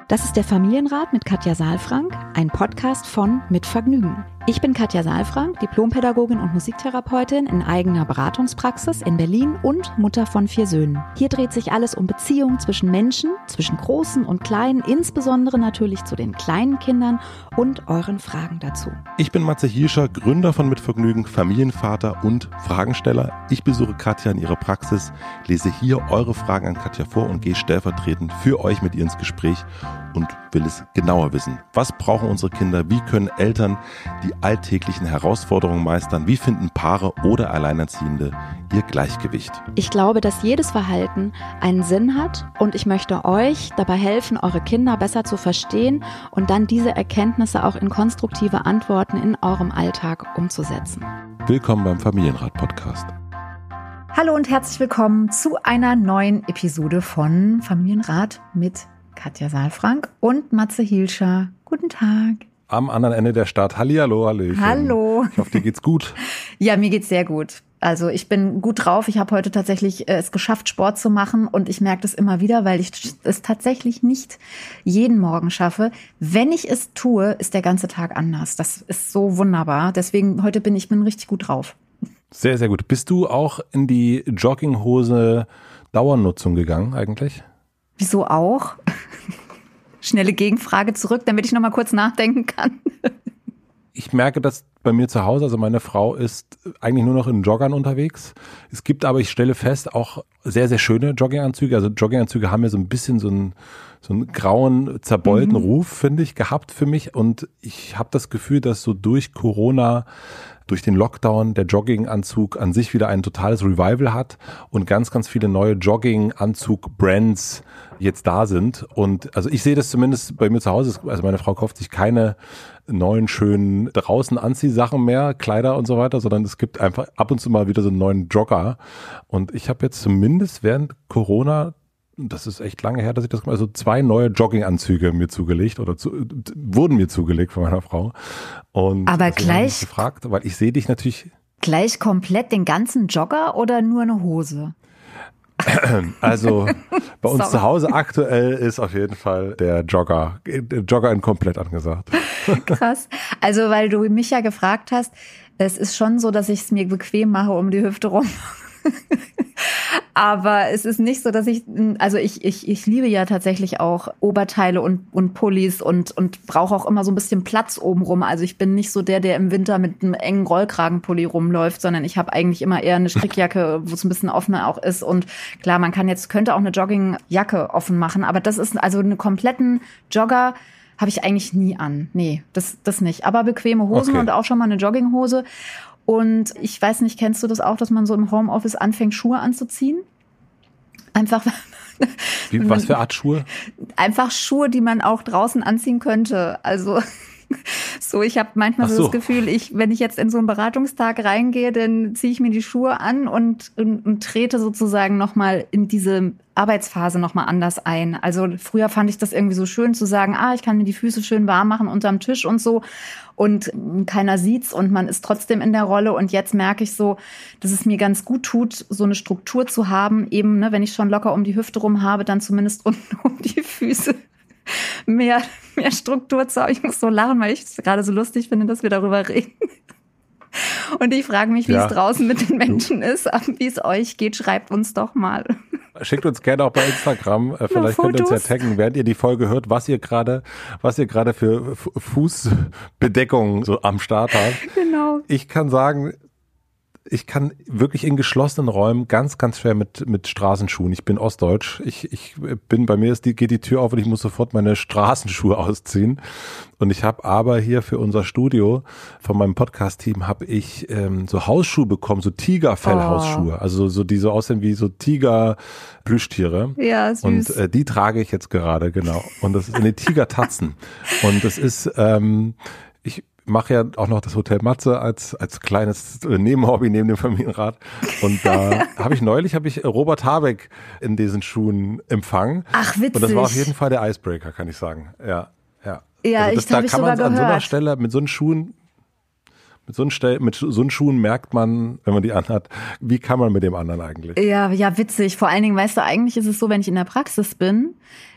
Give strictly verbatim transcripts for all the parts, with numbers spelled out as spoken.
Das ist der Familienrat mit Katja Saalfrank, ein Podcast von Mit Vergnügen. Ich bin Katja Saalfrank, Diplompädagogin und Musiktherapeutin in eigener Beratungspraxis in Berlin und Mutter von vier Söhnen. Hier dreht sich alles um Beziehungen zwischen Menschen, zwischen Großen und Kleinen, insbesondere natürlich zu den kleinen Kindern und euren Fragen dazu. Ich bin Matze Hielscher, Gründer von Mit Vergnügen, Familienvater und Fragensteller. Ich besuche Katja in ihrer Praxis, lese hier eure Fragen an Katja vor und gehe stellvertretend für euch mit ihr ins Gespräch und will es genauer wissen. Was brauchen unsere Kinder? Wie können Eltern die alltäglichen Herausforderungen meistern? Wie finden Paare oder Alleinerziehende ihr Gleichgewicht? Ich glaube, dass jedes Verhalten einen Sinn hat und ich möchte euch dabei helfen, eure Kinder besser zu verstehen und dann diese Erkenntnisse auch in konstruktive Antworten in eurem Alltag umzusetzen. Willkommen beim Familienrat-Podcast. Hallo und herzlich willkommen zu einer neuen Episode von Familienrat mit Katja Saalfrank und Matze Hielscher. Guten Tag. Am anderen Ende der Stadt. Hallihallo, Hallöchen. Hallo. Ich hoffe, dir geht's gut. Ja, mir geht's sehr gut. Also ich bin gut drauf. Ich habe heute tatsächlich äh, es geschafft, Sport zu machen und ich merke das immer wieder, weil ich es tatsächlich nicht jeden Morgen schaffe. Wenn ich es tue, ist der ganze Tag anders. Das ist so wunderbar. Deswegen heute bin ich bin richtig gut drauf. Sehr, sehr gut. Bist du auch in die Jogginghose Dauernutzung gegangen eigentlich? Wieso auch? Schnelle Gegenfrage zurück, damit ich noch mal kurz nachdenken kann. Ich merke das bei mir zu Hause, also meine Frau ist eigentlich nur noch in Joggern unterwegs. Es gibt aber, ich stelle fest, auch sehr, sehr schöne Jogginganzüge. Also Jogginganzüge haben ja so ein bisschen so einen, so einen grauen, zerbeulten mhm. Ruf, finde ich, gehabt für mich. Und ich habe das Gefühl, dass so durch Corona, durch den Lockdown der Jogginganzug an sich wieder ein totales Revival hat und ganz, ganz viele neue Jogginganzug-Brands jetzt da sind. Und also ich sehe das zumindest bei mir zu Hause, also meine Frau kauft sich keine neuen schönen draußen Anziehsachen mehr, Kleider und so weiter, sondern es gibt einfach ab und zu mal wieder so einen neuen Jogger. Und ich habe jetzt zumindest während Corona, das ist echt lange her, dass ich das gemacht habe, also zwei neue Jogginganzüge mir zugelegt oder zu, wurden mir zugelegt von meiner Frau. Und aber gleich gefragt, weil ich sehe dich natürlich gleich komplett den ganzen Jogger oder nur eine Hose? Also bei uns Sorry. Zu Hause aktuell ist auf jeden Fall der Jogger, der Jogger in komplett angesagt. Krass. Also weil du mich ja gefragt hast, es ist schon so, dass ich es mir bequem mache um die Hüfte rum. Aber es ist nicht so, dass ich, also ich, ich, ich liebe ja tatsächlich auch Oberteile und, und Pullis und, und brauche auch immer so ein bisschen Platz obenrum. Also ich bin nicht so der, der im Winter mit einem engen Rollkragenpulli rumläuft, sondern ich habe eigentlich immer eher eine Strickjacke, wo es ein bisschen offener auch ist. Und klar, man kann jetzt, könnte auch eine Joggingjacke offen machen, aber das ist also einen kompletten Jogger habe ich eigentlich nie an. Nee, das, das nicht. Aber bequeme Hosen okay. Und auch schon mal eine Jogginghose. Und ich weiß nicht, kennst du das auch, dass man so im Homeoffice anfängt, Schuhe anzuziehen? Einfach. Wie, was für Art Schuhe? Einfach Schuhe, die man auch draußen anziehen könnte. Also so, ich habe manchmal so. so das Gefühl, ich, wenn ich jetzt in so einen Beratungstag reingehe, dann ziehe ich mir die Schuhe an und, und, und trete sozusagen nochmal in diese Arbeitsphase nochmal anders ein. Also früher fand ich das irgendwie so schön zu sagen, ah, ich kann mir die Füße schön warm machen unterm Tisch und so und keiner sieht's und man ist trotzdem in der Rolle und jetzt merke ich so, dass es mir ganz gut tut, so eine Struktur zu haben, eben, ne, wenn ich schon locker um die Hüfte rum habe, dann zumindest unten um die Füße mehr, mehr Struktur zu haben. Ich muss so lachen, weil ich es gerade so lustig finde, dass wir darüber reden. Und ich frage mich, wie ja. es draußen mit den Menschen ist, wie es euch geht, schreibt uns doch mal. Schickt uns gerne auch bei Instagram, vielleicht könnt ihr uns ja taggen, während ihr die Folge hört, was ihr gerade, was ihr gerade für Fußbedeckung so am Start habt. Genau. Ich kann sagen, ich kann wirklich in geschlossenen Räumen ganz, ganz schwer mit mit Straßenschuhen. Ich bin ostdeutsch. Ich ich bin, bei mir ist die, geht die Tür auf und ich muss sofort meine Straßenschuhe ausziehen. Und ich habe aber hier für unser Studio von meinem Podcast-Team habe ich ähm, so Hausschuhe bekommen, so Tigerfell-Hausschuhe. Oh. Also so die so aussehen wie so Tiger-Plüschtiere. Ja, süß. Und äh, die trage ich jetzt gerade, genau. Und das sind die Tigertatzen. Und das ist ähm, ich mache ja auch noch das Hotel Matze als als kleines Nebenhobby neben dem Familienrat und da habe ich neulich habe ich Robert Habeck in diesen Schuhen empfangen. Ach, witzig. Und das war auf jeden Fall der Icebreaker, kann ich sagen. Ja, ja. Ja, also das, ich glaube, ich sogar gehört. An so einer gehört. Stelle mit so einen Schuhen Mit so, einen mit so einen Schuhen merkt man, wenn man die anhat, wie kann man mit dem anderen eigentlich? Ja, ja, witzig. Vor allen Dingen, weißt du, eigentlich ist es so, wenn ich in der Praxis bin,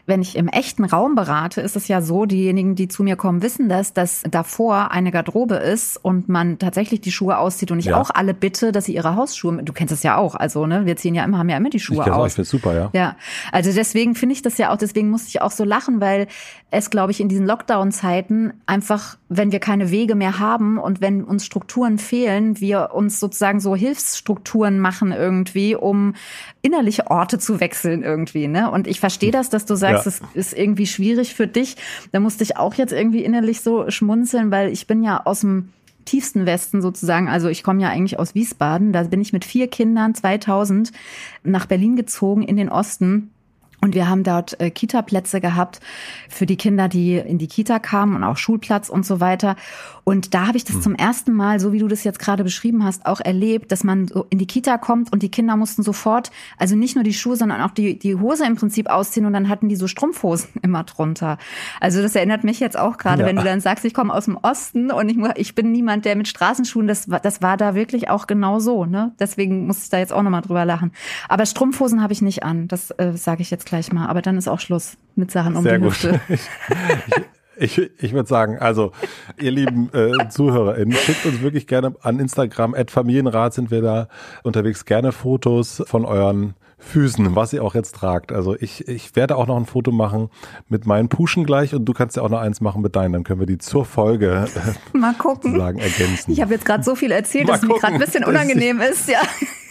wenn ich im echten Raum berate, ist es ja so, diejenigen, die zu mir kommen, wissen das, dass davor eine Garderobe ist und man tatsächlich die Schuhe auszieht und ich ja. auch alle bitte, dass sie ihre Hausschuhe, du kennst das ja auch, also ne, wir ziehen ja immer, haben ja immer die Schuhe ich aus. Auch, ich finde es super, ja. Ja, also deswegen finde ich das ja auch, deswegen musste ich auch so lachen, weil es, glaube ich, in diesen Lockdown-Zeiten einfach, wenn wir keine Wege mehr haben und wenn uns Strukturen fehlen, wir uns sozusagen so Hilfsstrukturen machen irgendwie, um innerliche Orte zu wechseln irgendwie, ne? Und ich verstehe das, dass du sagst, es ja. ist irgendwie schwierig für dich. Da musste ich auch jetzt irgendwie innerlich so schmunzeln, weil ich bin ja aus dem tiefsten Westen sozusagen, also ich komme ja eigentlich aus Wiesbaden, da bin ich mit vier Kindern zweitausend nach Berlin gezogen in den Osten. Und wir haben dort äh, Kita-Plätze gehabt für die Kinder, die in die Kita kamen und auch Schulplatz und so weiter. Und da habe ich das mhm. zum ersten Mal, so wie du das jetzt gerade beschrieben hast, auch erlebt, dass man so in die Kita kommt und die Kinder mussten sofort, also nicht nur die Schuhe, sondern auch die, die Hose im Prinzip ausziehen und dann hatten die so Strumpfhosen immer drunter. Also das erinnert mich jetzt auch gerade, ja. wenn du dann sagst, ich komme aus dem Osten und ich, ich bin niemand, der mit Straßenschuhen, das, das war da wirklich auch genau so, ne? Deswegen muss ich da jetzt auch nochmal drüber lachen. Aber Strumpfhosen habe ich nicht an, das äh, sage ich jetzt gleich mal. Aber dann ist auch Schluss mit Sachen um Sehr die gut. Hüfte. Ich, ich, ich würde sagen, also ihr lieben äh, ZuhörerInnen, schickt uns wirklich gerne an Instagram, at Familienrat sind wir da unterwegs, gerne Fotos von euren Füßen, was ihr auch jetzt tragt. Also ich, ich werde auch noch ein Foto machen mit meinen Puschen gleich und du kannst ja auch noch eins machen mit deinen, dann können wir die zur Folge äh, mal gucken. sozusagen ergänzen. Ich habe jetzt gerade so viel erzählt, mal dass gucken. es mir gerade ein bisschen unangenehm ist, ja.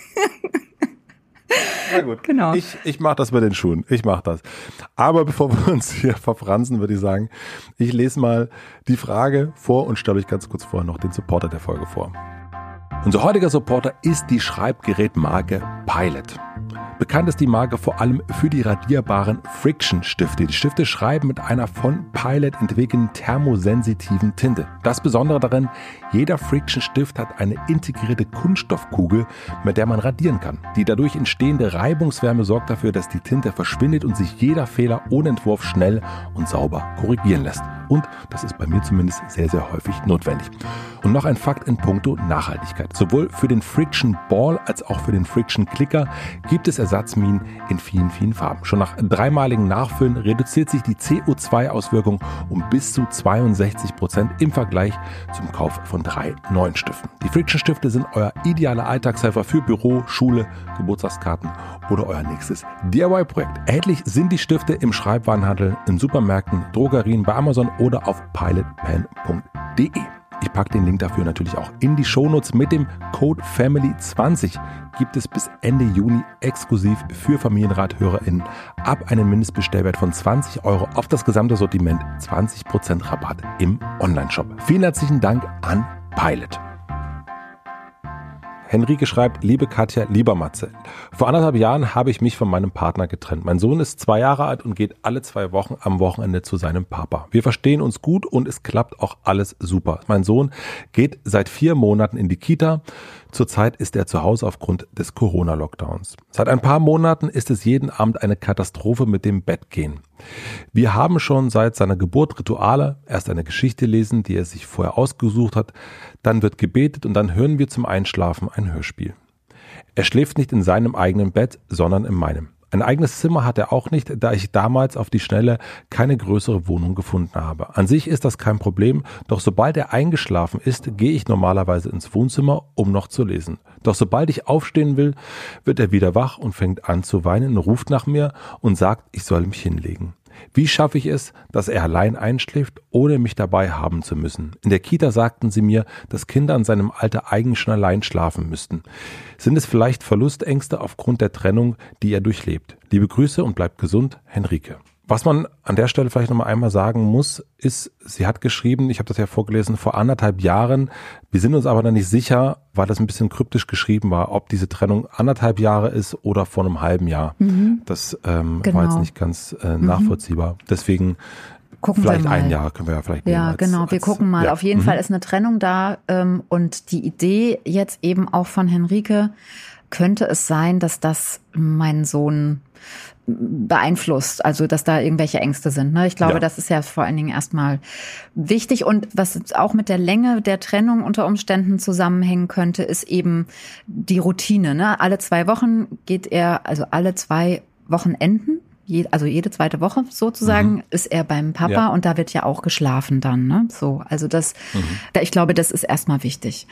Na gut, genau. ich, ich mache das mit den Schuhen, ich mache das. Aber bevor wir uns hier verfransen, würde ich sagen, ich lese mal die Frage vor und stelle euch ganz kurz vorher noch den Supporter der Folge vor. Unser heutiger Supporter ist die Schreibgerätmarke Pilot. Bekannt ist die Marke vor allem für die radierbaren Friction-Stifte. Die Stifte schreiben mit einer von Pilot entwickelten thermosensitiven Tinte. Das Besondere darin, jeder Friction-Stift hat eine integrierte Kunststoffkugel, mit der man radieren kann. Die dadurch entstehende Reibungswärme sorgt dafür, dass die Tinte verschwindet und sich jeder Fehler ohne Entwurf schnell und sauber korrigieren lässt. Und das ist bei mir zumindest sehr, sehr häufig notwendig. Und noch ein Fakt in puncto Nachhaltigkeit. Sowohl für den Friction Ball als auch für den Friction Clicker gibt es Ersatzminen in vielen, vielen Farben. Schon nach dreimaligem Nachfüllen reduziert sich die C O zwei Auswirkung um bis zu zweiundsechzig Prozent im Vergleich zum Kauf von drei neuen Stiften. Die Friction Stifte sind euer idealer Alltagshelfer für Büro, Schule, Geburtstagskarten oder euer nächstes D I Y-Projekt. Erhältlich sind die Stifte im Schreibwarenhandel, in Supermärkten, Drogerien, bei Amazon oder auf pilot pen punkt de. Ich packe den Link dafür natürlich auch in die Shownotes. Mit dem Code Family zwanzig gibt es bis Ende Juni exklusiv für Familienrat-HörerInnen ab einem Mindestbestellwert von zwanzig Euro auf das gesamte Sortiment zwanzig Prozent Rabatt im Onlineshop. Vielen herzlichen Dank an Pilot. Henrike schreibt, liebe Katja, lieber Matze, vor anderthalb Jahren habe ich mich von meinem Partner getrennt. Mein Sohn ist zwei Jahre alt und geht alle zwei Wochen am Wochenende zu seinem Papa. Wir verstehen uns gut und es klappt auch alles super. Mein Sohn geht seit vier Monaten in die Kita. Zurzeit ist er zu Hause aufgrund des Corona-Lockdowns. Seit ein paar Monaten ist es jeden Abend eine Katastrophe mit dem Bettgehen. Wir haben schon seit seiner Geburt Rituale, erst eine Geschichte lesen, die er sich vorher ausgesucht hat, dann wird gebetet und dann hören wir zum Einschlafen ein Hörspiel. Er schläft nicht in seinem eigenen Bett, sondern in meinem. Ein eigenes Zimmer hat er auch nicht, da ich damals auf die Schnelle keine größere Wohnung gefunden habe. An sich ist das kein Problem, doch sobald er eingeschlafen ist, gehe ich normalerweise ins Wohnzimmer, um noch zu lesen. Doch sobald ich aufstehen will, wird er wieder wach und fängt an zu weinen, ruft nach mir und sagt, ich soll mich hinlegen. Wie schaffe ich es, dass er allein einschläft, ohne mich dabei haben zu müssen? In der Kita sagten sie mir, dass Kinder in seinem Alter eigentlich schon allein schlafen müssten. Sind es vielleicht Verlustängste aufgrund der Trennung, die er durchlebt? Liebe Grüße und bleibt gesund, Henrike. Was man an der Stelle vielleicht nochmal einmal sagen muss, ist, sie hat geschrieben, ich habe das ja vorgelesen, vor anderthalb Jahren. Wir sind uns aber dann nicht sicher, weil das ein bisschen kryptisch geschrieben war, ob diese Trennung anderthalb Jahre ist oder vor einem halben Jahr. Mhm. Das ähm, genau. war jetzt nicht ganz äh, nachvollziehbar. Mhm. Deswegen gucken vielleicht wir mal. Ein Jahr können wir ja vielleicht nehmen. Ja, als, genau. Wir als, gucken mal. Ja. Auf jeden mhm. Fall ist eine Trennung da. Ähm, und die Idee jetzt eben auch von Henrike, könnte es sein, dass das meinen Sohn beeinflusst, also dass da irgendwelche Ängste sind. Ne? Ich glaube, ja. das ist ja vor allen Dingen erstmal wichtig. Und was auch mit der Länge der Trennung unter Umständen zusammenhängen könnte, ist eben die Routine. Ne? Alle zwei Wochen geht er, also alle zwei Wochenenden, je, also jede zweite Woche sozusagen, mhm. ist er beim Papa ja. und da wird ja auch geschlafen dann, ne? So, also das, mhm. ich glaube, das ist erstmal wichtig.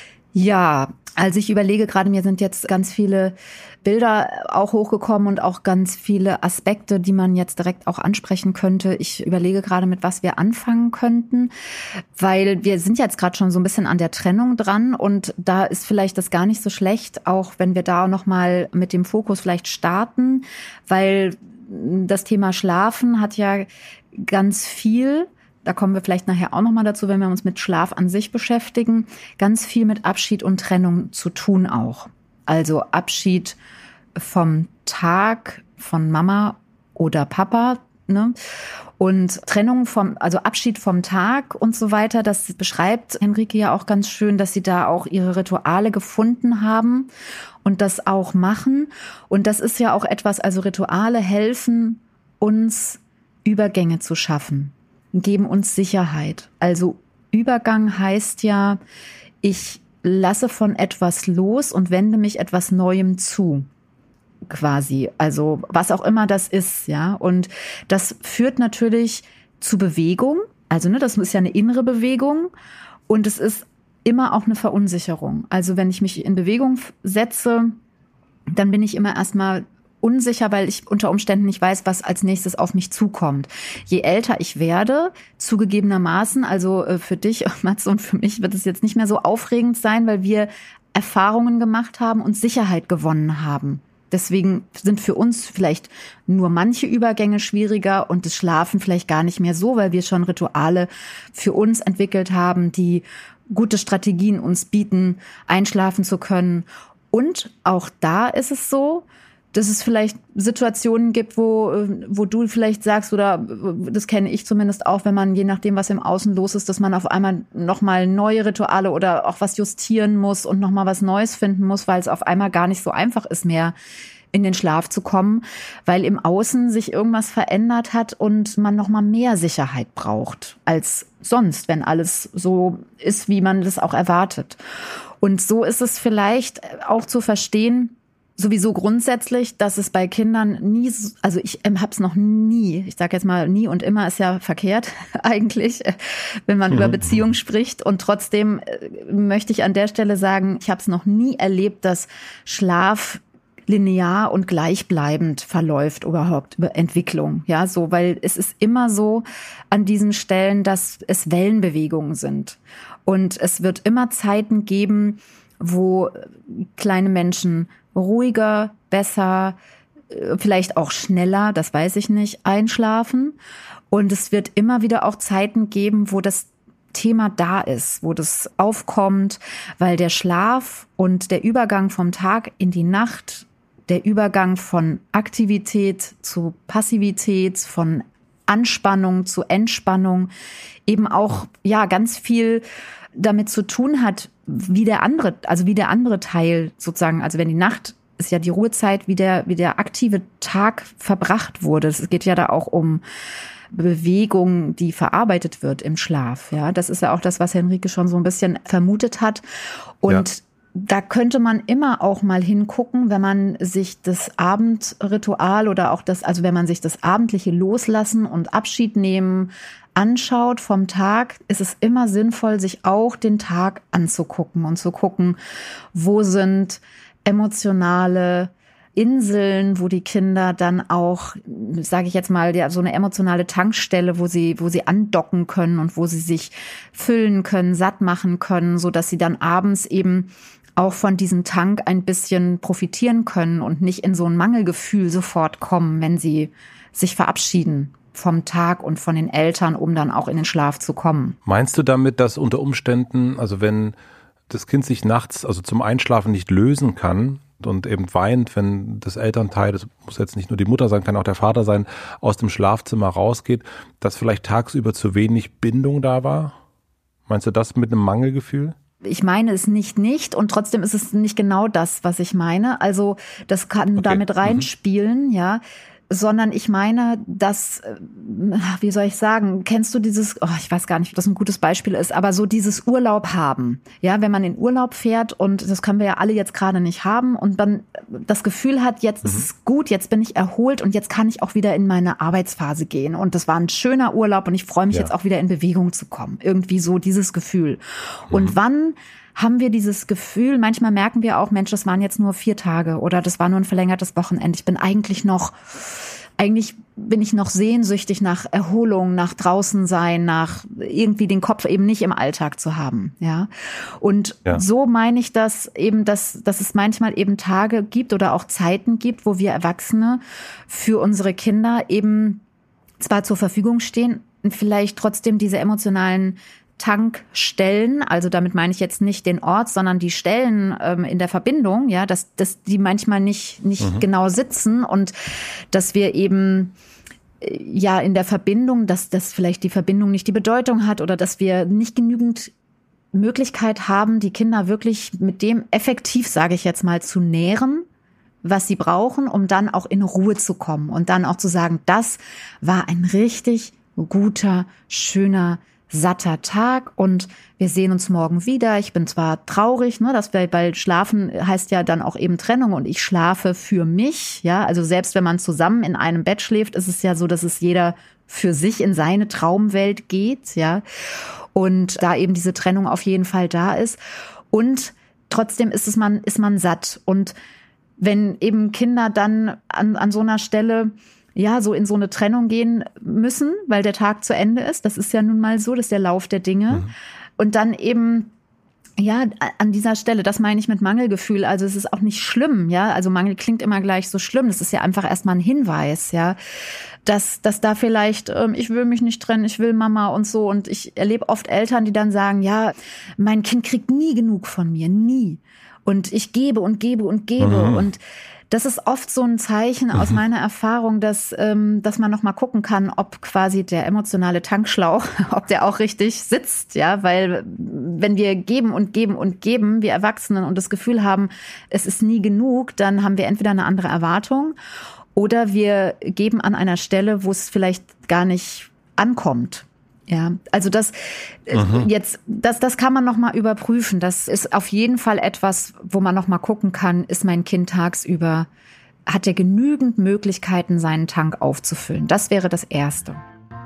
Ja, also ich überlege gerade, mir sind jetzt ganz viele Bilder auch hochgekommen und auch ganz viele Aspekte, die man jetzt direkt auch ansprechen könnte. Ich überlege gerade, mit was wir anfangen könnten, weil wir sind jetzt gerade schon so ein bisschen an der Trennung dran und da ist vielleicht das gar nicht so schlecht, auch wenn wir da nochmal mit dem Fokus vielleicht starten, weil das Thema Schlafen hat ja ganz viel, da kommen wir vielleicht nachher auch nochmal dazu, wenn wir uns mit Schlaf an sich beschäftigen, ganz viel mit Abschied und Trennung zu tun auch. Also Abschied vom Tag von Mama oder Papa, ne? Und Trennung vom, also Abschied vom Tag und so weiter, das beschreibt Henrike ja auch ganz schön, dass sie da auch ihre Rituale gefunden haben und das auch machen. Und das ist ja auch etwas, also Rituale helfen uns, Übergänge zu schaffen, geben uns Sicherheit. Also Übergang heißt ja, ich lasse von etwas los und wende mich etwas Neuem zu, quasi. Also was auch immer das ist, ja. Und das führt natürlich zu Bewegung. Also ne, das ist ja eine innere Bewegung und es ist immer auch eine Verunsicherung. Also wenn ich mich in Bewegung setze, dann bin ich immer erstmal unsicher, weil ich unter Umständen nicht weiß, was als nächstes auf mich zukommt. Je älter ich werde, zugegebenermaßen, also für dich, Matze, und für mich wird es jetzt nicht mehr so aufregend sein, weil wir Erfahrungen gemacht haben und Sicherheit gewonnen haben. Deswegen sind für uns vielleicht nur manche Übergänge schwieriger und das Schlafen vielleicht gar nicht mehr so, weil wir schon Rituale für uns entwickelt haben, die gute Strategien uns bieten, einschlafen zu können. Und auch da ist es so, dass es vielleicht Situationen gibt, wo, wo du vielleicht sagst, oder das kenne ich zumindest auch, wenn man, je nachdem, was im Außen los ist, dass man auf einmal nochmal neue Rituale oder auch was justieren muss und nochmal was Neues finden muss, weil es auf einmal gar nicht so einfach ist mehr, in den Schlaf zu kommen, weil im Außen sich irgendwas verändert hat und man nochmal mehr Sicherheit braucht als sonst, wenn alles so ist, wie man das auch erwartet. Und so ist es vielleicht auch zu verstehen, sowieso grundsätzlich, dass es bei Kindern nie, also ich ähm, habe es noch nie, ich sage jetzt mal nie und immer ist ja verkehrt eigentlich, wenn man mhm. über Beziehungen spricht. Und trotzdem äh, möchte ich an der Stelle sagen, ich habe es noch nie erlebt, dass Schlaf linear und gleichbleibend verläuft überhaupt über Entwicklung. Ja, so, weil es ist immer so an diesen Stellen, dass es Wellenbewegungen sind. Und es wird immer Zeiten geben, wo kleine Menschen ruhiger, besser, vielleicht auch schneller, das weiß ich nicht, einschlafen. Und es wird immer wieder auch Zeiten geben, wo das Thema da ist, wo das aufkommt, weil der Schlaf und der Übergang vom Tag in die Nacht, der Übergang von Aktivität zu Passivität, von Anspannung zu Entspannung eben auch, ja, ganz viel damit zu tun hat, wie der andere, also wie der andere Teil sozusagen, also wenn die Nacht ist ja die Ruhezeit, wie der, wie der aktive Tag verbracht wurde. Es geht ja da auch um Bewegung, die verarbeitet wird im Schlaf. Ja, das ist ja auch das, was Henrike schon so ein bisschen vermutet hat. Und ja. Da könnte man immer auch mal hingucken, wenn man sich das Abendritual oder auch das, also wenn man sich das abendliche Loslassen und Abschied nehmen anschaut vom Tag, ist es immer sinnvoll, sich auch den Tag anzugucken und zu gucken, wo sind emotionale Inseln, wo die Kinder dann auch, sage ich jetzt mal, ja, so eine emotionale Tankstelle, wo sie, wo sie andocken können und wo sie sich füllen können, satt machen können, so dass sie dann abends eben auch von diesem Tank ein bisschen profitieren können und nicht in so ein Mangelgefühl sofort kommen, wenn sie sich verabschieden vom Tag und von den Eltern, um dann auch in den Schlaf zu kommen. Meinst du damit, dass unter Umständen, also wenn das Kind sich nachts, also zum Einschlafen nicht lösen kann und eben weint, wenn das Elternteil, das muss jetzt nicht nur die Mutter sein, kann auch der Vater sein, aus dem Schlafzimmer rausgeht, dass vielleicht tagsüber zu wenig Bindung da war? Meinst du das mit einem Mangelgefühl? Ich meine es nicht nicht und trotzdem ist es nicht genau das, was ich meine. Also das kann okay. damit reinspielen, mhm. ja. sondern ich meine, dass, wie soll ich sagen, kennst du dieses, oh, ich weiß gar nicht, ob das ein gutes Beispiel ist, aber so dieses Urlaub haben. Ja, wenn man in Urlaub fährt und das können wir ja alle jetzt gerade nicht haben und dann das Gefühl hat, jetzt mhm. ist es gut, jetzt bin ich erholt und jetzt kann ich auch wieder in meine Arbeitsphase gehen. Und das war ein schöner Urlaub und ich freue mich ja. jetzt auch wieder in Bewegung zu kommen. Irgendwie so dieses Gefühl. Mhm. Und wann haben wir dieses Gefühl, manchmal merken wir auch, Mensch, das waren jetzt nur vier Tage oder das war nur ein verlängertes Wochenende. Ich bin eigentlich noch, eigentlich bin ich noch sehnsüchtig nach Erholung, nach draußen sein, nach irgendwie den Kopf eben nicht im Alltag zu haben, ja. Und ja. so meine ich das eben, dass, dass es manchmal eben Tage gibt oder auch Zeiten gibt, wo wir Erwachsene für unsere Kinder eben zwar zur Verfügung stehen und vielleicht trotzdem diese emotionalen Tankstellen, also damit meine ich jetzt nicht den Ort, sondern die Stellen ähm, in der Verbindung, ja, dass, dass die manchmal nicht, nicht mhm. genau sitzen und dass wir eben äh, ja in der Verbindung, dass, dass vielleicht die Verbindung nicht die Bedeutung hat oder dass wir nicht genügend Möglichkeit haben, die Kinder wirklich mit dem effektiv, sage ich jetzt mal, zu nähren, was sie brauchen, um dann auch in Ruhe zu kommen und dann auch zu sagen, das war ein richtig guter, schöner, satter Tag und wir sehen uns morgen wieder. Ich bin zwar traurig, ne, dass wir, weil schlafen heißt ja dann auch eben Trennung und ich schlafe für mich, ja, also selbst wenn man zusammen in einem Bett schläft, ist es ja so, dass es jeder für sich in seine Traumwelt geht, ja, und da eben diese Trennung auf jeden Fall da ist und trotzdem ist es man, ist man satt und wenn eben Kinder dann an, an so einer Stelle ja, so in so eine Trennung gehen müssen, weil der Tag zu Ende ist. Das ist ja nun mal so, das ist der Lauf der Dinge. Mhm. Und dann eben, ja, an dieser Stelle, das meine ich mit Mangelgefühl. Also es ist auch nicht schlimm, ja. Also Mangel klingt immer gleich so schlimm. Das ist ja einfach erstmal ein Hinweis, ja. Dass, dass da vielleicht, ähm, ich will mich nicht trennen, ich will Mama und so. Und ich erlebe oft Eltern, die dann sagen, ja, mein Kind kriegt nie genug von mir, nie. Und ich gebe und gebe und gebe mhm. und das ist oft so ein Zeichen aus mhm. meiner Erfahrung, dass, ähm, dass man noch mal gucken kann, ob quasi der emotionale Tankschlauch, ob der auch richtig sitzt, ja, weil wenn wir geben und geben und geben, wir Erwachsenen und das Gefühl haben, es ist nie genug, dann haben wir entweder eine andere Erwartung oder wir geben an einer Stelle, wo es vielleicht gar nicht ankommt. Ja, also das mhm. jetzt, das, das kann man noch mal überprüfen. Das ist auf jeden Fall etwas, wo man noch mal gucken kann, ist mein Kind tagsüber, hat er genügend Möglichkeiten, seinen Tank aufzufüllen? Das wäre das Erste.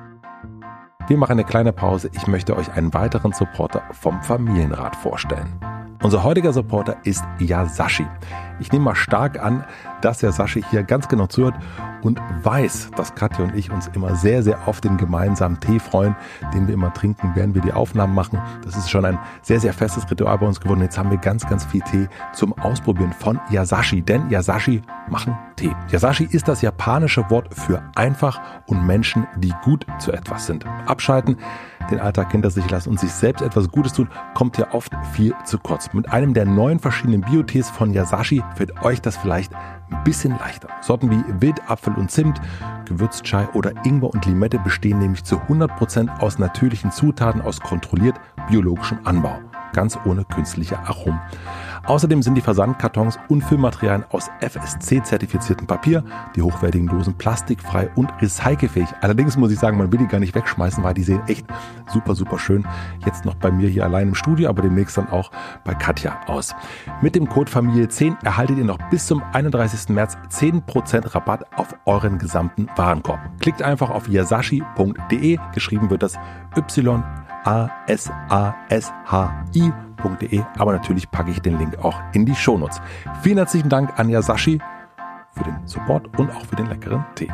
Wir machen eine kleine Pause. Ich möchte euch einen weiteren Supporter vom Familienrat vorstellen. Unser heutiger Supporter ist Yasashi. Ich nehme mal stark an, dass Yasashi hier ganz genau zuhört und weiß, dass Katja und ich uns immer sehr, sehr auf den gemeinsamen Tee freuen, den wir immer trinken, während wir die Aufnahmen machen. Das ist schon ein sehr, sehr festes Ritual bei uns geworden. Jetzt haben wir ganz, ganz viel Tee zum Ausprobieren von Yasashi, denn Yasashi machen Tee. Yasashi ist das japanische Wort für einfach und Menschen, die gut zu etwas sind. Abschalten, den Alltag hinter sich lassen und sich selbst etwas Gutes tun, kommt ja oft viel zu kurz. Mit einem der neun verschiedenen Bio-Tees von Yasashi wird euch das vielleicht ein bisschen leichter. Sorten wie Wildapfel und Zimt, Gewürzchai oder Ingwer und Limette bestehen nämlich zu hundert Prozent aus natürlichen Zutaten aus kontrolliert biologischem Anbau. Ganz ohne künstliche Aromen. Außerdem sind die Versandkartons und Füllmaterialien aus F S C-zertifiziertem Papier, die hochwertigen Dosen plastikfrei und recycelfähig. Allerdings muss ich sagen, man will die gar nicht wegschmeißen, weil die sehen echt super, super schön jetzt noch bei mir hier allein im Studio, aber demnächst dann auch bei Katja aus. Mit dem Code Familie zehn erhaltet ihr noch bis zum einunddreißigsten März zehn Prozent Rabatt auf euren gesamten Warenkorb. Klickt einfach auf yasashi punkt de, geschrieben wird das Y A S A S H I punkt de, aber natürlich packe ich den Link auch in die Shownotes. Vielen herzlichen Dank an Yasashi für den Support und auch für den leckeren Tee.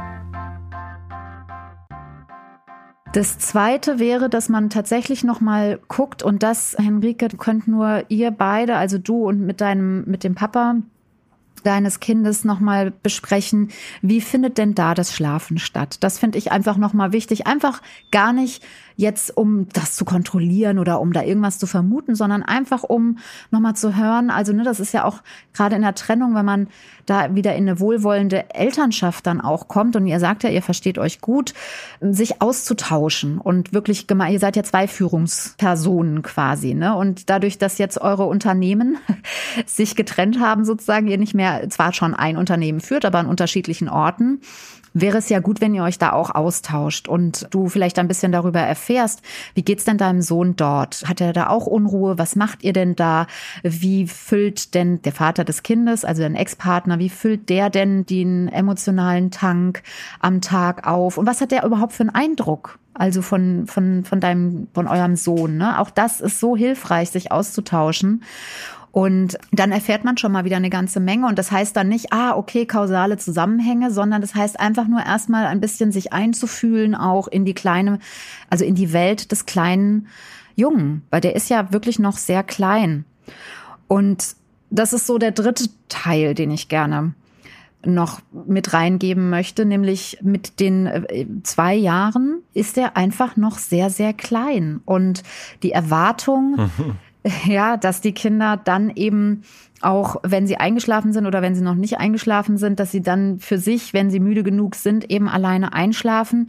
Das Zweite wäre, dass man tatsächlich noch mal guckt und das, Henrike, könnt nur ihr beide, also du und mit deinem, mit dem Papa deines Kindes nochmal besprechen, wie findet denn da das Schlafen statt? Das finde ich einfach nochmal wichtig. Einfach gar nicht jetzt um das zu kontrollieren oder um da irgendwas zu vermuten, sondern einfach um nochmal zu hören, also ne, das ist ja auch gerade in der Trennung, wenn man da wieder in eine wohlwollende Elternschaft dann auch kommt und ihr sagt ja, ihr versteht euch gut, sich auszutauschen und wirklich, ihr seid ja zwei Führungspersonen quasi, ne? Und dadurch, dass jetzt eure Unternehmen sich getrennt haben sozusagen, ihr nicht mehr zwar schon ein Unternehmen führt, aber an unterschiedlichen Orten, wäre es ja gut, wenn ihr euch da auch austauscht und du vielleicht ein bisschen darüber erfährst, wie geht's denn deinem Sohn dort? Hat er da auch Unruhe? Was macht ihr denn da? Wie füllt denn der Vater des Kindes, also dein Ex-Partner, wie füllt der denn den emotionalen Tank am Tag auf? Und was hat der überhaupt für einen Eindruck? Also von, von, von deinem, von eurem Sohn, ne? Auch das ist so hilfreich, sich auszutauschen. Und dann erfährt man schon mal wieder eine ganze Menge. Und das heißt dann nicht, ah, okay, kausale Zusammenhänge, sondern das heißt einfach nur erstmal ein bisschen sich einzufühlen, auch in die kleine, also in die Welt des kleinen Jungen, weil der ist ja wirklich noch sehr klein. Und das ist so der dritte Teil, den ich gerne noch mit reingeben möchte, nämlich mit den zwei Jahren ist er einfach noch sehr, sehr klein. Und die Erwartung, ja, dass die Kinder dann eben auch, wenn sie eingeschlafen sind oder wenn sie noch nicht eingeschlafen sind, dass sie dann für sich, wenn sie müde genug sind, eben alleine einschlafen.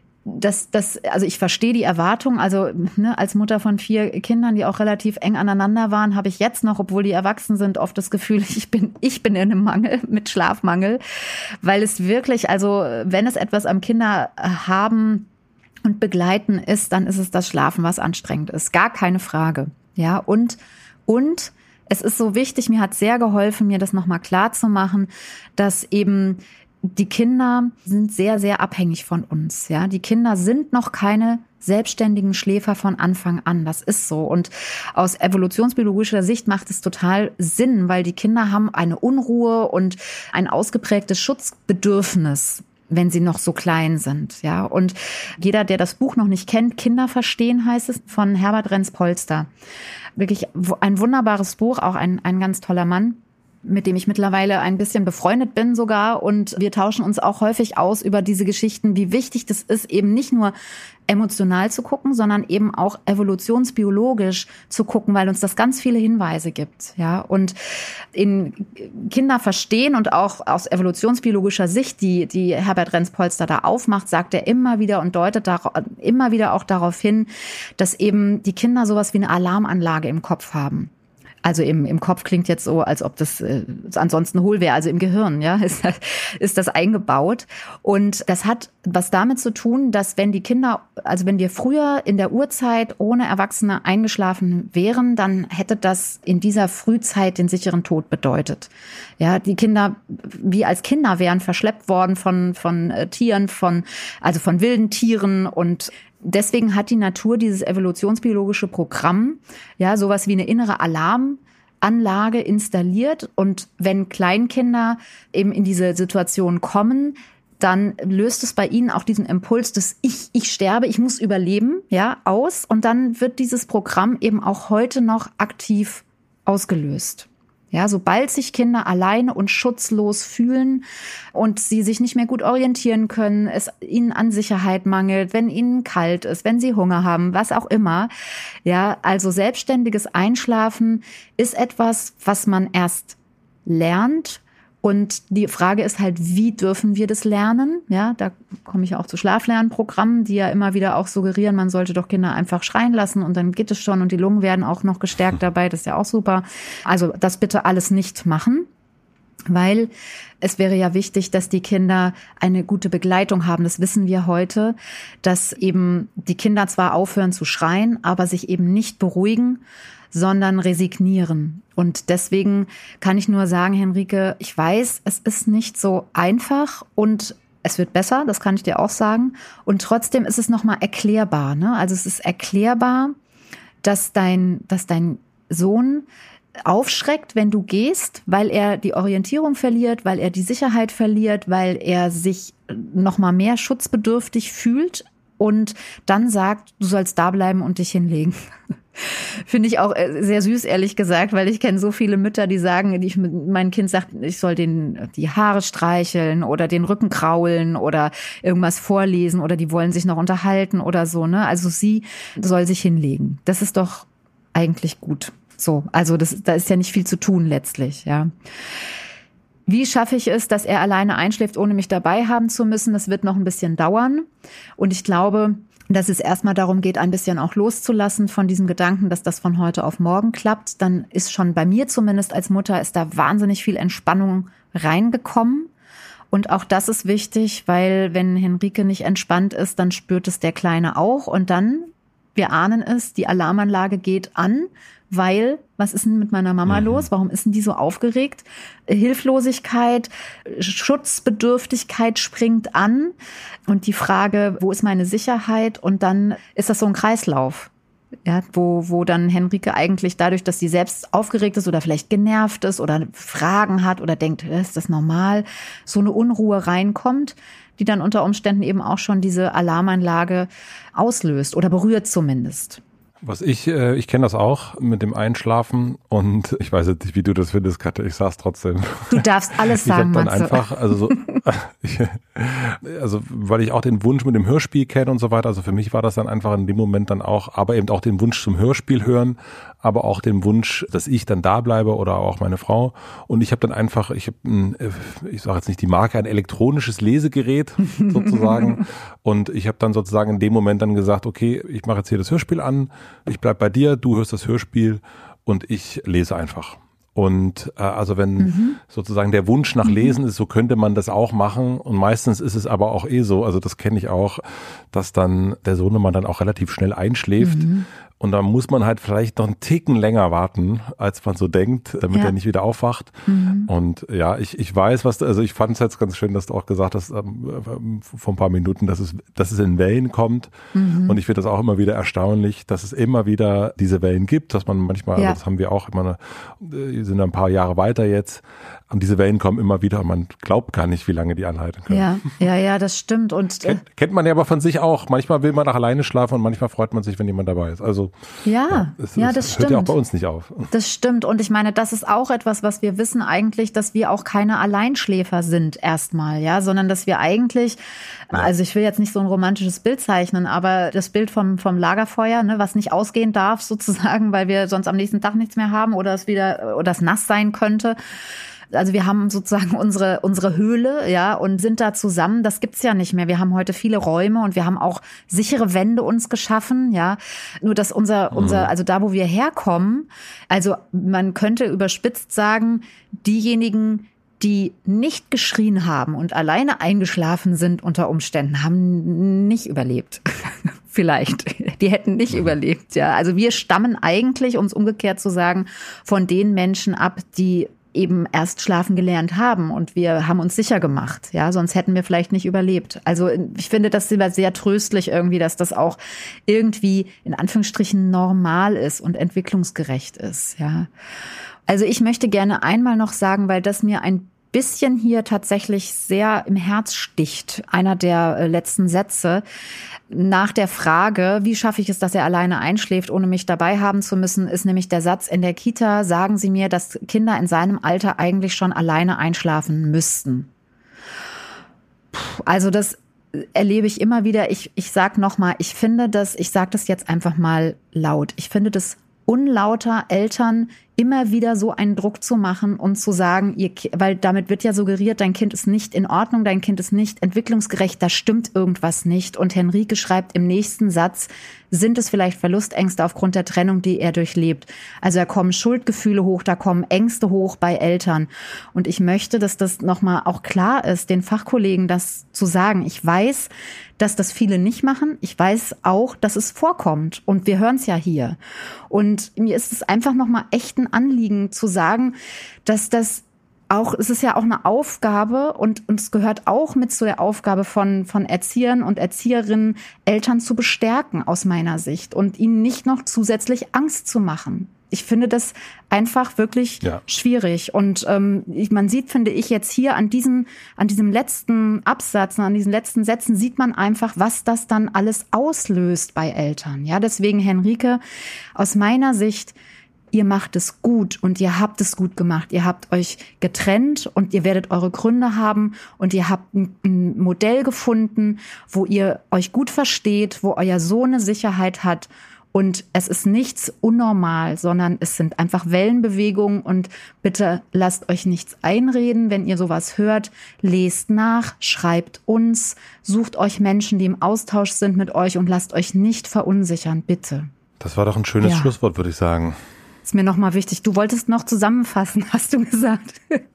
Das, das, also ich verstehe die Erwartung. Also ne, als Mutter von vier Kindern, die auch relativ eng aneinander waren, habe ich jetzt noch, obwohl die erwachsen sind, oft das Gefühl, ich bin, ich bin in einem Mangel mit Schlafmangel, weil es wirklich, also wenn es etwas am Kinder haben und begleiten ist, dann ist es das Schlafen, was anstrengend ist. Gar keine Frage. Ja, und, und es ist so wichtig, mir hat sehr geholfen, mir das nochmal klar zu machen, dass eben die Kinder sind sehr, sehr abhängig von uns. Ja, die Kinder sind noch keine selbstständigen Schläfer von Anfang an. Das ist so. Und aus evolutionsbiologischer Sicht macht es total Sinn, weil die Kinder haben eine Unruhe und ein ausgeprägtes Schutzbedürfnis, wenn sie noch so klein sind, ja. Und jeder, der das Buch noch nicht kennt, Kinder verstehen heißt es, von Herbert Renz-Polster. Wirklich ein wunderbares Buch, auch ein, ein ganz toller Mann, mit dem ich mittlerweile ein bisschen befreundet bin sogar. Und wir tauschen uns auch häufig aus über diese Geschichten, wie wichtig das ist, eben nicht nur emotional zu gucken, sondern eben auch evolutionsbiologisch zu gucken, weil uns das ganz viele Hinweise gibt. Ja, und in Kinder verstehen und auch aus evolutionsbiologischer Sicht, die, die Herbert Renz-Polster da aufmacht, sagt er immer wieder und deutet da, immer wieder auch darauf hin, dass eben die Kinder sowas wie eine Alarmanlage im Kopf haben. Also im, im Kopf klingt jetzt so, als ob das äh, ansonsten hohl wäre. Also im Gehirn, ja, ist das, ist das eingebaut. Und das hat was damit zu tun, dass wenn die Kinder, also wenn wir früher in der Urzeit ohne Erwachsene eingeschlafen wären, dann hätte das in dieser Frühzeit den sicheren Tod bedeutet. Ja, die Kinder, wie als Kinder wären verschleppt worden von, von äh, Tieren, von, also von wilden Tieren und deswegen hat die Natur dieses evolutionsbiologische Programm, ja, sowas wie eine innere Alarmanlage installiert. Und wenn Kleinkinder eben in diese Situation kommen, dann löst es bei ihnen auch diesen Impuls des Ich, ich sterbe, ich muss überleben, ja, aus. Und dann wird dieses Programm eben auch heute noch aktiv ausgelöst. Ja, sobald sich Kinder alleine und schutzlos fühlen und sie sich nicht mehr gut orientieren können, es ihnen an Sicherheit mangelt, wenn ihnen kalt ist, wenn sie Hunger haben, was auch immer. Ja, also selbstständiges Einschlafen ist etwas, was man erst lernt. Und die Frage ist halt, wie dürfen wir das lernen? Ja, da komme ich auch zu Schlaflernprogrammen, die ja immer wieder auch suggerieren, man sollte doch Kinder einfach schreien lassen und dann geht es schon und die Lungen werden auch noch gestärkt dabei. Das ist ja auch super. Also das bitte alles nicht machen, weil es wäre ja wichtig, dass die Kinder eine gute Begleitung haben. Das wissen wir heute, dass eben die Kinder zwar aufhören zu schreien, aber sich eben nicht beruhigen, sondern resignieren. Und deswegen kann ich nur sagen, Henrike, ich weiß, es ist nicht so einfach und es wird besser, das kann ich dir auch sagen. Und trotzdem ist es nochmal erklärbar, ne? Also es ist erklärbar, dass dein, dass dein Sohn aufschreckt, wenn du gehst, weil er die Orientierung verliert, weil er die Sicherheit verliert, weil er sich nochmal mehr schutzbedürftig fühlt und dann sagt, du sollst da bleiben und dich hinlegen. Finde ich auch sehr süß, ehrlich gesagt, weil ich kenne so viele Mütter, die sagen, die, mein Kind sagt, ich soll den die Haare streicheln oder den Rücken kraulen oder irgendwas vorlesen oder die wollen sich noch unterhalten oder so, ne? Also sie soll sich hinlegen. Das ist doch eigentlich gut. So, also das, da ist ja nicht viel zu tun letztlich, ja. Wie schaffe ich es, dass er alleine einschläft, ohne mich dabei haben zu müssen? Das wird noch ein bisschen dauern. Und ich glaube, dass es erstmal darum geht, ein bisschen auch loszulassen von diesem Gedanken, dass das von heute auf morgen klappt. Dann ist schon bei mir zumindest als Mutter ist da wahnsinnig viel Entspannung reingekommen. Und auch das ist wichtig, weil wenn Henrike nicht entspannt ist, dann spürt es der Kleine auch. Und dann, wir ahnen es, die Alarmanlage geht an, weil, was ist denn mit meiner Mama mhm. los? Warum ist denn die so aufgeregt? Hilflosigkeit, Schutzbedürftigkeit springt an und die Frage, wo ist meine Sicherheit? Und dann ist das so ein Kreislauf, ja, wo, wo dann Henrike eigentlich dadurch, dass sie selbst aufgeregt ist oder vielleicht genervt ist oder Fragen hat oder denkt, ist das normal, so eine Unruhe reinkommt, die dann unter Umständen eben auch schon diese Alarmanlage auslöst oder berührt zumindest. Was ich, äh, ich kenne das auch mit dem Einschlafen und ich weiß jetzt nicht, wie du das findest, Katja, ich sag's trotzdem. Du darfst alles sagen, ich hab dann Matze. einfach, also so, ich, also weil ich auch den Wunsch mit dem Hörspiel kenne und so weiter, also für mich war das dann einfach in dem Moment dann auch, aber eben auch den Wunsch zum Hörspiel hören, aber auch den Wunsch, dass ich dann da bleibe oder auch meine Frau und ich habe dann einfach, ich habe, ich sage jetzt nicht die Marke, ein elektronisches Lesegerät sozusagen und ich habe dann sozusagen in dem Moment dann gesagt, okay, ich mache jetzt hier das Hörspiel an, ich bleib bei dir, du hörst das Hörspiel und ich lese einfach. Und äh, also wenn mhm. sozusagen der Wunsch nach Lesen ist, so könnte man das auch machen. Und meistens ist es aber auch eh so, also das kenne ich auch, dass dann der Sohnemann dann auch relativ schnell einschläft. Mhm. Und da muss man halt vielleicht noch einen Ticken länger warten, als man so denkt, damit ja. er nicht wieder aufwacht. Mhm. Und ja, ich ich weiß, was, also ich fand es jetzt ganz schön, dass du auch gesagt hast, ähm, vor ein paar Minuten, dass es, dass es in Wellen kommt. Mhm. Und ich finde das auch immer wieder erstaunlich, dass es immer wieder diese Wellen gibt, dass man manchmal, ja. also das haben wir auch immer, eine, sind ein paar Jahre weiter jetzt. Und diese Wellen kommen immer wieder und man glaubt gar nicht, wie lange die anhalten können. Ja, ja, ja, das stimmt. Und kennt, kennt man ja aber von sich auch. Manchmal will man auch alleine schlafen und manchmal freut man sich, wenn jemand dabei ist. Also ja, ja, es, ja es das hört stimmt. ja auch bei uns nicht auf. Das stimmt. Und ich meine, das ist auch etwas, was wir wissen eigentlich, dass wir auch keine Alleinschläfer sind erstmal, ja, sondern dass wir eigentlich, ja. also ich will jetzt nicht so ein romantisches Bild zeichnen, aber das Bild vom vom Lagerfeuer, ne, was nicht ausgehen darf sozusagen, weil wir sonst am nächsten Tag nichts mehr haben oder es wieder oder es nass sein könnte. Also wir haben sozusagen unsere unsere Höhle, ja, und sind da zusammen. Das gibt's ja nicht mehr. Wir haben heute viele Räume und wir haben auch sichere Wände uns geschaffen, ja. Nur dass unser unser also da, wo wir herkommen, also man könnte überspitzt sagen, diejenigen, die nicht geschrien haben und alleine eingeschlafen sind unter Umständen, haben nicht überlebt. Vielleicht. Die hätten nicht mhm. überlebt, ja. Also wir stammen eigentlich, um es umgekehrt zu sagen, von den Menschen ab, die eben erst schlafen gelernt haben und wir haben uns sicher gemacht, ja, sonst hätten wir vielleicht nicht überlebt. Also ich finde das sehr tröstlich irgendwie, dass das auch irgendwie in Anführungsstrichen normal ist und entwicklungsgerecht ist, ja. Also ich möchte gerne einmal noch sagen, weil das mir ein bisschen hier tatsächlich sehr im Herz sticht, einer der letzten Sätze, nach der Frage, wie schaffe ich es, dass er alleine einschläft, ohne mich dabei haben zu müssen, ist nämlich der Satz, in der Kita sagen sie mir, dass Kinder in seinem Alter eigentlich schon alleine einschlafen müssten. Also das erlebe ich immer wieder. Ich, ich sag nochmal, ich finde das, ich sage das jetzt einfach mal laut, ich finde das unlauter, Eltern immer wieder so einen Druck zu machen und zu sagen, ihr, weil damit wird ja suggeriert, dein Kind ist nicht in Ordnung, dein Kind ist nicht entwicklungsgerecht, da stimmt irgendwas nicht. Und Henrike schreibt im nächsten Satz, sind es vielleicht Verlustängste aufgrund der Trennung, die er durchlebt. Also da kommen Schuldgefühle hoch, da kommen Ängste hoch bei Eltern. Und ich möchte, dass das nochmal auch klar ist, den Fachkollegen das zu sagen. Ich weiß, dass das viele nicht machen. Ich weiß auch, dass es vorkommt. Und wir hören es ja hier. Und mir ist es einfach nochmal echt ein Anliegen zu sagen, dass das auch, es ist ja auch eine Aufgabe und, und es gehört auch mit zu der Aufgabe von, von Erziehern und Erzieherinnen, Eltern zu bestärken aus meiner Sicht und ihnen nicht noch zusätzlich Angst zu machen. ich finde das einfach wirklich ja. schwierig. Und ähm, ich, man sieht, finde ich, jetzt hier an diesem, an diesem letzten Absatz, an diesen letzten Sätzen sieht man einfach, was das dann alles auslöst bei Eltern. Ja, deswegen, Henrike, aus meiner Sicht, ihr macht es gut und ihr habt es gut gemacht. Ihr habt euch getrennt und ihr werdet eure Gründe haben und ihr habt ein, ein Modell gefunden, wo ihr euch gut versteht, wo euer Sohn eine Sicherheit hat. Und es ist nichts unnormal, sondern es sind einfach Wellenbewegungen. Und bitte lasst euch nichts einreden, wenn ihr sowas hört. Lest nach, schreibt uns, sucht euch Menschen, die im Austausch sind mit euch und lasst euch nicht verunsichern, bitte. Das war doch ein schönes ja. Schlusswort, würde ich sagen. Ist mir nochmal wichtig. Du wolltest noch zusammenfassen, hast du gesagt.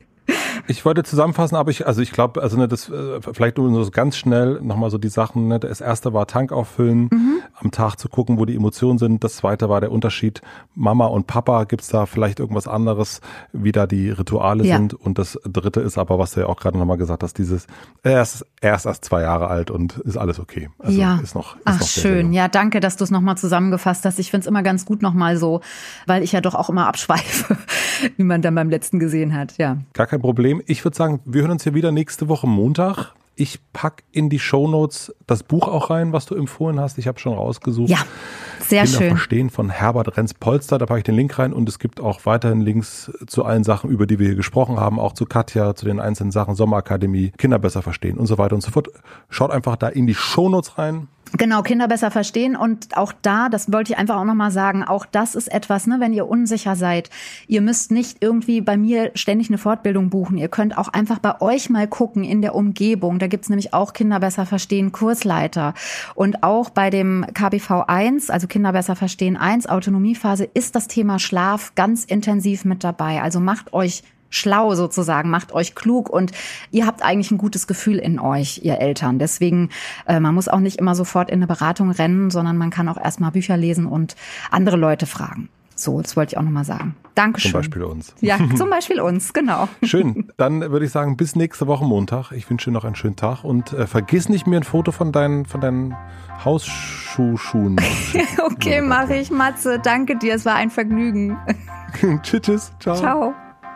Ich wollte zusammenfassen, aber ich, also ich glaube, also ne, das vielleicht nur so ganz schnell nochmal so die Sachen. Ne, das erste war Tank auffüllen, mhm. am Tag zu gucken, wo die Emotionen sind. Das zweite war der Unterschied Mama und Papa. Gibt's da vielleicht irgendwas anderes, wie da die Rituale ja. sind? Und das dritte ist aber, was du ja auch gerade nochmal gesagt hast, dieses er ist, er ist erst zwei Jahre alt und ist alles okay. Also ja. ist noch, ist Ach noch schön. Sehr, sehr ja, danke, dass du es nochmal zusammengefasst hast. Ich find's immer ganz gut nochmal so, weil ich ja doch auch immer abschweife, wie man dann beim letzten gesehen hat. Ja. Gar kein Problem. Ich würde sagen, wir hören uns hier wieder nächste Woche Montag. Ich pack in die Shownotes das Buch auch rein, was du empfohlen hast. Ich habe schon rausgesucht. Ja, sehr Kinder schön. Verstehen von Herbert Renz-Polster. Da packe ich den Link rein und es gibt auch weiterhin Links zu allen Sachen, über die wir hier gesprochen haben. Auch zu Katja, zu den einzelnen Sachen, Sommerakademie, Kinder besser verstehen und so weiter und so fort. Schaut einfach da in die Shownotes rein. Genau, Kinder besser verstehen und auch da, das wollte ich einfach auch nochmal sagen, auch das ist etwas, ne, wenn ihr unsicher seid, ihr müsst nicht irgendwie bei mir ständig eine Fortbildung buchen, ihr könnt auch einfach bei euch mal gucken in der Umgebung, da gibt's nämlich auch Kinder besser verstehen Kursleiter und auch bei dem K B V eins, also Kinder besser verstehen eins, Autonomiephase, ist das Thema Schlaf ganz intensiv mit dabei, also macht euch schlau sozusagen, macht euch klug und ihr habt eigentlich ein gutes Gefühl in euch, ihr Eltern. Deswegen, äh, man muss auch nicht immer sofort in eine Beratung rennen, sondern man kann auch erstmal Bücher lesen und andere Leute fragen. So, das wollte ich auch nochmal sagen. Dankeschön. Zum Beispiel uns. Ja, zum Beispiel uns, genau. Schön, dann würde ich sagen, bis nächste Woche Montag. Ich wünsche dir noch einen schönen Tag und äh, vergiss nicht, mir ein Foto von deinen, von deinen Hausschuhschuhen. Okay, mache ich, Matze. Danke dir, es war ein Vergnügen. Tschüss, tschüss. Ciao. Ciao.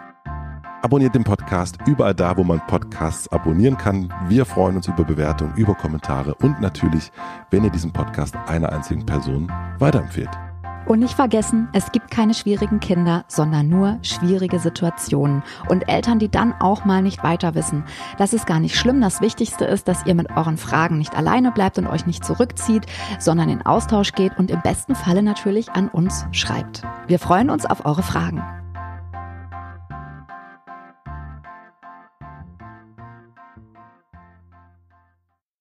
Abonniert den Podcast überall da, wo man Podcasts abonnieren kann. Wir freuen uns über Bewertungen, über Kommentare und natürlich, wenn ihr diesen Podcast einer einzigen Person weiterempfehlt. Und nicht vergessen, es gibt keine schwierigen Kinder, sondern nur schwierige Situationen. Und Eltern, die dann auch mal nicht weiter wissen. Das ist gar nicht schlimm. Das Wichtigste ist, dass ihr mit euren Fragen nicht alleine bleibt und euch nicht zurückzieht, sondern in Austausch geht und im besten Falle natürlich an uns schreibt. Wir freuen uns auf eure Fragen.